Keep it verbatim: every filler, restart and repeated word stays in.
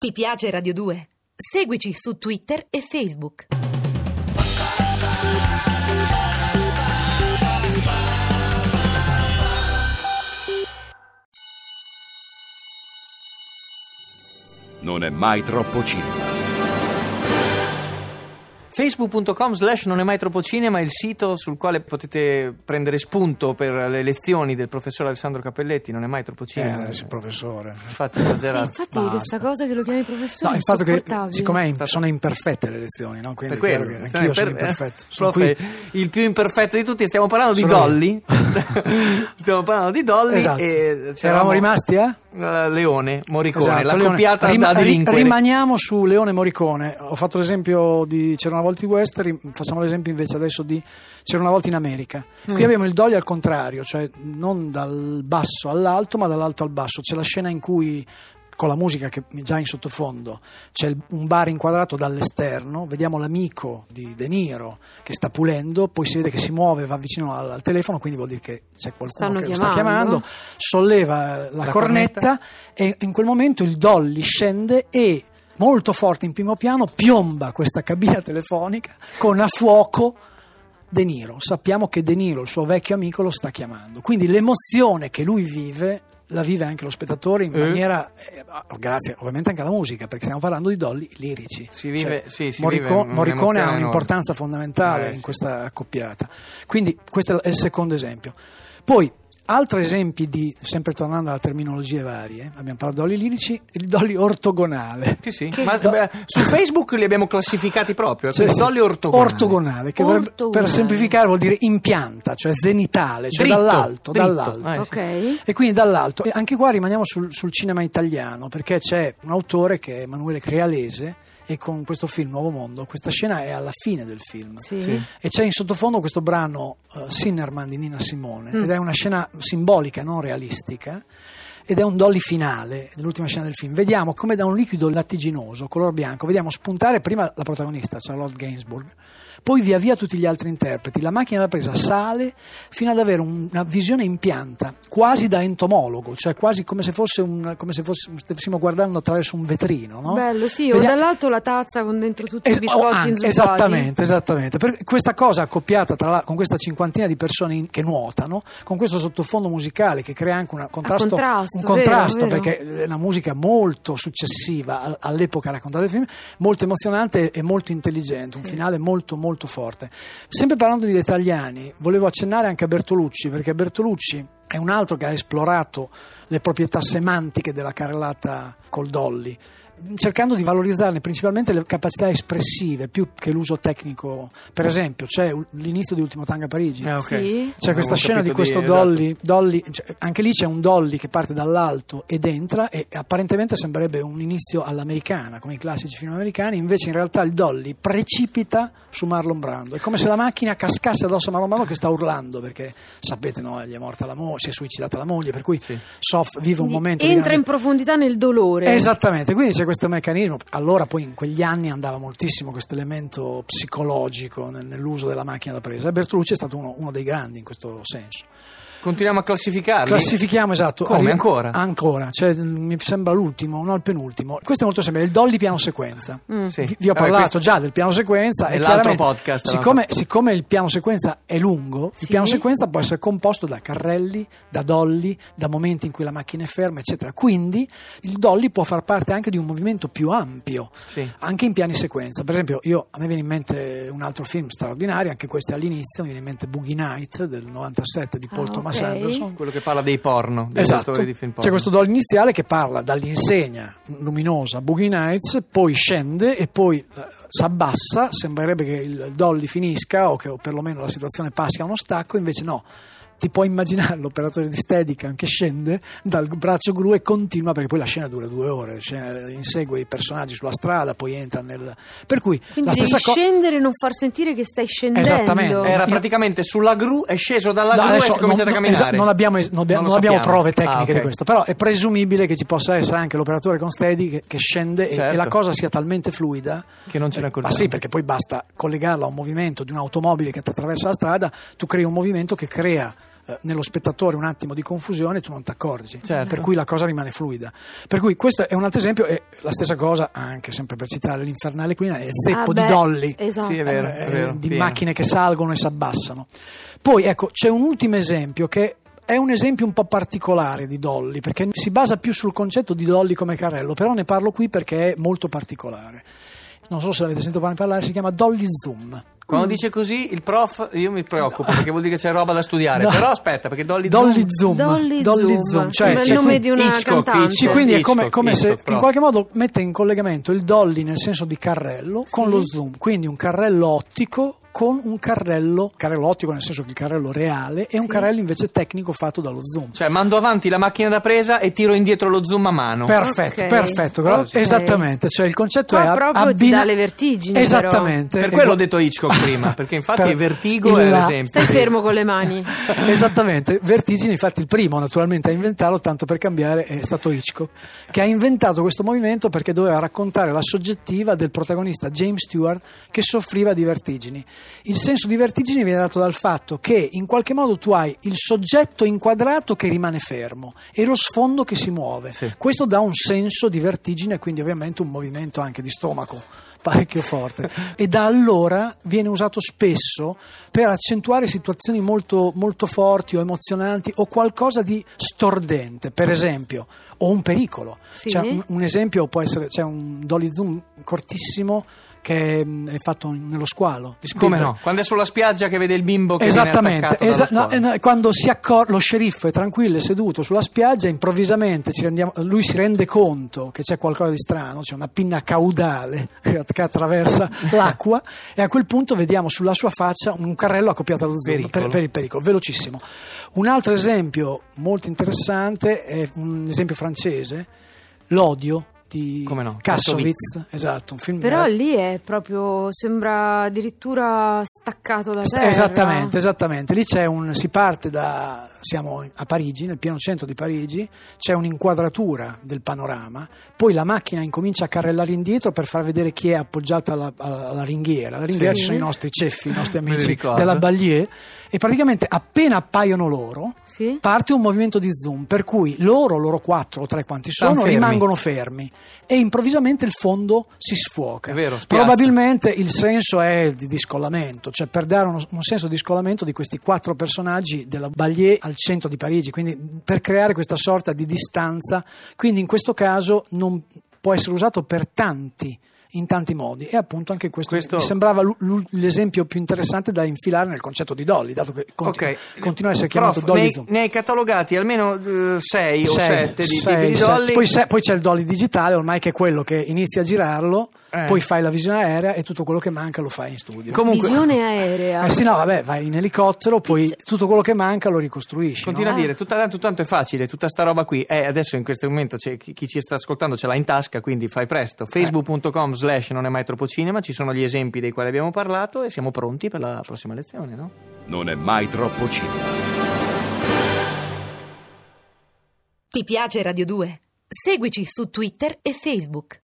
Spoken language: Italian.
Ti piace Radio due? Seguici su Twitter e Facebook. Non è mai troppo cinema. facebook punto com slash non è mai troppo cinema è il sito sul quale potete prendere spunto per le lezioni del professor Alessandro Cappelletti. Non è mai troppo cinema. Eh, sì, professore. Infatti, esagerato. Sì, infatti Basta. questa cosa che lo chiami professore No, è il fatto che insopportabile. siccome in- sono imperfette le lezioni, no? Quindi Per è chiaro quello, che anch'io sono per- imperfetto. Sono profe, qui. il più imperfetto di tutti. Stiamo parlando di Sono Dolly. Stiamo parlando di Dolly. Esatto. E Eravamo rimasti a? eh, Leone Morricone, Esatto, la Leone. coppiata Rim- da ri- delinquere. Rimaniamo su Leone Morricone. Ho fatto l'esempio di C'era una volta in Western, facciamo l'esempio invece adesso di C'era una volta in America. Qui Mm. abbiamo il Dolly al contrario, cioè non dal basso all'alto ma dall'alto al basso. C'è la scena in cui, con la musica che già in sottofondo, c'è il- un bar inquadrato dall'esterno, vediamo l'amico di De Niro che sta pulendo, poi si vede che si muove, va vicino al, al telefono, quindi vuol dire che c'è qualcuno Stanno che lo sta chiamando. chiamando, solleva la, La cornetta, cornetta. e in quel momento il Dolly scende e molto forte in primo piano piomba questa cabina telefonica con a fuoco De Niro. Sappiamo che De Niro, il suo vecchio amico, lo sta chiamando, quindi l'emozione che lui vive la vive anche lo spettatore in Eh? maniera eh, grazie ovviamente anche alla musica, perché stiamo parlando di Dolly lirici. Si vive- sì, si Morrico- vive un'emozione Morricone ha enorme. un'importanza fondamentale Eh, in sì. questa accoppiata, quindi questo è il secondo esempio. Poi altri esempi di, sempre tornando alla terminologie varie, abbiamo parlato di Dolly lirici, il Dolly ortogonale. Sì, sì. Che Ma do- beh, su Facebook li abbiamo classificati proprio. Sì, quindi sì. Dolly ortogonale. Ortogonale, che vorrebbe- Ortogonale. per semplificare vuol dire in pianta, cioè zenitale, cioè Dritto, dall'alto, dritto. dall'alto. Eh, sì. Ok. E quindi dall'alto. E anche qua rimaniamo sul, sul cinema italiano, perché c'è un autore che è Emanuele Crealese, e con questo film Nuovo Mondo questa scena è alla fine del film. Sì. Sì. E c'è in sottofondo questo brano uh, Sinnerman di Nina Simone, Mm. ed è una scena simbolica, non realistica, ed è un Dolly finale dell'ultima scena del film. Vediamo come da un liquido lattiginoso, color bianco, vediamo spuntare prima la protagonista, Charlotte Gainsbourg, poi via via tutti gli altri interpreti. La macchina da presa sale fino ad avere un- una visione in pianta, quasi da entomologo, cioè quasi come se fosse un, come se fosse, stessimo guardando attraverso un vetrino, no? Bello, sì, o Vediamo- dall'alto la tazza con dentro tutti Es- i biscotti oh, anche, inzuppati. esattamente, esattamente. Per questa cosa accoppiata tra la- con questa cinquantina di persone in- che nuotano, con questo sottofondo musicale che crea anche una contrasto, contrasto, un contrasto, vero, vero. perché è una musica molto successiva al- all'epoca raccontata del film, molto emozionante e molto intelligente, un finale molto molto forte. Sempre parlando di italiani, volevo accennare anche a Bertolucci, perché Bertolucci è un altro che ha esplorato le proprietà semantiche della carrellata col Dolly, cercando di valorizzarne principalmente le capacità espressive più che l'uso tecnico. Per esempio c'è u- l'inizio di Ultimo Tango a Parigi. Ah, ok. Sì. C'è questa Avevo scena di capito questo di- Dolly, Dolly cioè, anche lì c'è un Dolly che parte dall'alto ed entra, e apparentemente sembrerebbe un inizio all'americana, come i classici film americani, invece in realtà il Dolly precipita su Marlon Brando. È come se la macchina cascasse addosso a Marlon Brando che sta urlando, perché sapete, no, gli è morta la moglie, si è suicidata la moglie, per cui Sì. Sof vive un Quindi momento di entra grande- in profondità nel dolore. Esattamente, quindi c'è questo meccanismo. Allora poi in quegli anni andava moltissimo questo elemento psicologico nel- nell'uso della macchina da presa, e Bertolucci è stato uno, uno dei grandi in questo senso. Continuiamo a classificarli. Classifichiamo, esatto. Come, Arri- ancora? Ancora, cioè, mi sembra l'ultimo, no, il penultimo. Questo è molto semplice, il Dolly piano sequenza. Mm. Sì. Vi, vi ho Vabbè, parlato questo- già del piano sequenza, e Nell'altro chiaramente, podcast siccome, avevamo siccome il piano sequenza è lungo, Sì. il piano sequenza può essere composto da carrelli, da dolly, da momenti in cui la macchina è ferma, eccetera. Quindi il dolly può far parte anche di un movimento più ampio, Sì. anche in piani sequenza. Per esempio, io, a me viene in mente un altro film straordinario, anche questo è all'inizio, mi viene in mente Boogie Night del novantasette di Paul Ah, Thomas ok. Anderson. Quello che parla dei porno, dei Esatto, autori di film porno. c'è questo dolly iniziale che parla dall'insegna luminosa Boogie Nights, poi scende e poi eh, si abbassa, sembrerebbe che il dolly finisca o che o perlomeno la situazione passi a uno stacco, invece no. Ti puoi immaginare l'operatore di Steadicam che scende dal braccio gru e continua, perché poi la scena dura due ore, cioè, insegue i personaggi sulla strada, poi entra nel... Per cui Quindi la devi stessa cosa... scendere e non far sentire che stai scendendo. Esattamente. Era Io- praticamente sulla gru, è sceso dalla No, gru e adesso si è cominciato non, a camminare. esatto, non abbiamo, es- non abbiamo- Non lo non abbiamo sappiamo. prove tecniche Ah, ok. di questo, però è presumibile che ci possa essere anche l'operatore con Steady che, che scende e- Certo. e la cosa sia talmente fluida Che non ce ne eh, accorgiamo. Ma sì, perché poi basta collegarla a un movimento di un'automobile che ti attraversa la strada, tu crei un movimento che crea eh, nello spettatore un attimo di confusione, tu non ti accorgi, Certo. per cui la cosa rimane fluida. Per cui questo è un altro esempio, e la stessa cosa anche sempre per citare l'Infernale Queen è il zeppo Ah, di beh, Dolly. Esatto. Sì, è vero, Eh, è vero. di pieno. macchine che salgono e si abbassano. Poi ecco, c'è un ultimo esempio che è un esempio un po' particolare di Dolly, perché si basa più sul concetto di Dolly come carrello, però ne parlo qui perché è molto particolare. Non so se l'avete sentito parlare, si chiama Dolly Zoom. Quando dice così il prof io mi preoccupo perché vuol dire che c'è roba da studiare. No. Però aspetta, perché Dolly, Dolly Zoom, Zoom. Dolly Zoom. Cioè, Sembra il c'è nome qui- di una Hitchcock, cantante. Sì, quindi è come, Hitchcock, come se Hitchcock, in proprio. qualche modo mette in collegamento il dolly nel senso di carrello con Sì. lo zoom, quindi un carrello ottico con un carrello, carrello ottico nel senso che il carrello reale è un Sì. carrello invece tecnico fatto dallo zoom. Cioè mando avanti la macchina da presa e tiro indietro lo zoom a mano. Perfetto, Ok. perfetto, Ok. Esattamente, cioè il concetto Qua è proprio ti abbina- dà le vertigini, Esattamente. Per quello ho detto Hitchcock prima, perché infatti Per- Vertigo è il- l'esempio. Stai di- fermo con le mani. Esattamente, Vertigine infatti il primo naturalmente a inventarlo, tanto per cambiare è stato Hitchcock, che ha inventato questo movimento perché doveva raccontare la soggettiva del protagonista James Stewart che soffriva di vertigini. Il senso di vertigini viene dato dal fatto che in qualche modo tu hai il soggetto inquadrato che rimane fermo e lo sfondo che si muove. Sì. Questo dà un senso di vertigine e quindi ovviamente un movimento anche di stomaco parecchio forte, e da allora viene usato spesso per accentuare situazioni molto, molto forti o emozionanti o qualcosa di stordente, per esempio, o un pericolo. Sì. Cioè, un, un esempio può essere, c'è un dolly zoom cortissimo che mh, è fatto nello squalo di Come Spielberg. no? Quando è sulla spiaggia che vede il bimbo che Esattamente, viene attaccato esa- dallo no, squalo. eh, no, quando si accor- lo sceriffo è tranquillo e seduto sulla spiaggia, improvvisamente ci rendiamo- lui si rende conto che c'è qualcosa di strano, c'è una pinna caudale che, che attraversa l'acqua e a quel punto vediamo sulla sua faccia un carrello accoppiato allo zoom Pericolo. per, per il pericolo, velocissimo. Un altro esempio molto interessante è un esempio francese, L'odio di Come no? Kassovitz, esatto, un film Però merav- lì è proprio, sembra addirittura staccato da terra. Esattamente, esattamente. Lì c'è un, si parte da, siamo a Parigi, nel pieno centro di Parigi, c'è un'inquadratura del panorama, poi la macchina incomincia a carrellare indietro per far vedere chi è appoggiata alla, alla ringhiera. La ringhiera Sì. ci sono i nostri ceffi, i nostri Me li amici ricordo. della Ballier, e praticamente appena appaiono loro Sì. parte un movimento di zoom, per cui loro, loro quattro o tre quanti Stanno sono, fermi. rimangono fermi e improvvisamente il fondo si sfoca. È vero, spiazza. Probabilmente il senso è di, di scollamento, cioè per dare uno- un senso di scollamento di questi quattro personaggi della Ballier al centro di Parigi, quindi per creare questa sorta di distanza, quindi in questo caso non può essere usato per tanti, in tanti modi, e appunto anche questo, Questo- mi sembrava l'u- l'u- l'esempio più interessante da infilare nel concetto di Dolly, dato che continua, Ok. continua a essere chiamato Prof, Dolly ne, Zoom. ne hai catalogati almeno eh, sei o Sei, sette di sei, tipi di sette. dolly. Poi, se- poi c'è il dolly digitale ormai, che è quello che inizi a girarlo, Eh. poi fai la visione aerea e tutto quello che manca lo fai in studio. Comunque, Visione aerea. Eh sì, no, vabbè, vai in elicottero, poi tutto quello che manca lo ricostruisci. continua no? a dire, tutta, tanto, tanto è facile, tutta sta roba qui. Eh, adesso in questo momento c'è, chi, chi ci sta ascoltando ce l'ha in tasca, quindi fai presto. facebook punto com slash non è mai troppo cinema, ci sono gli esempi dei quali abbiamo parlato e siamo pronti per la prossima lezione, no? Non è mai troppo cinema. Ti piace Radio due? Seguici su Twitter e Facebook.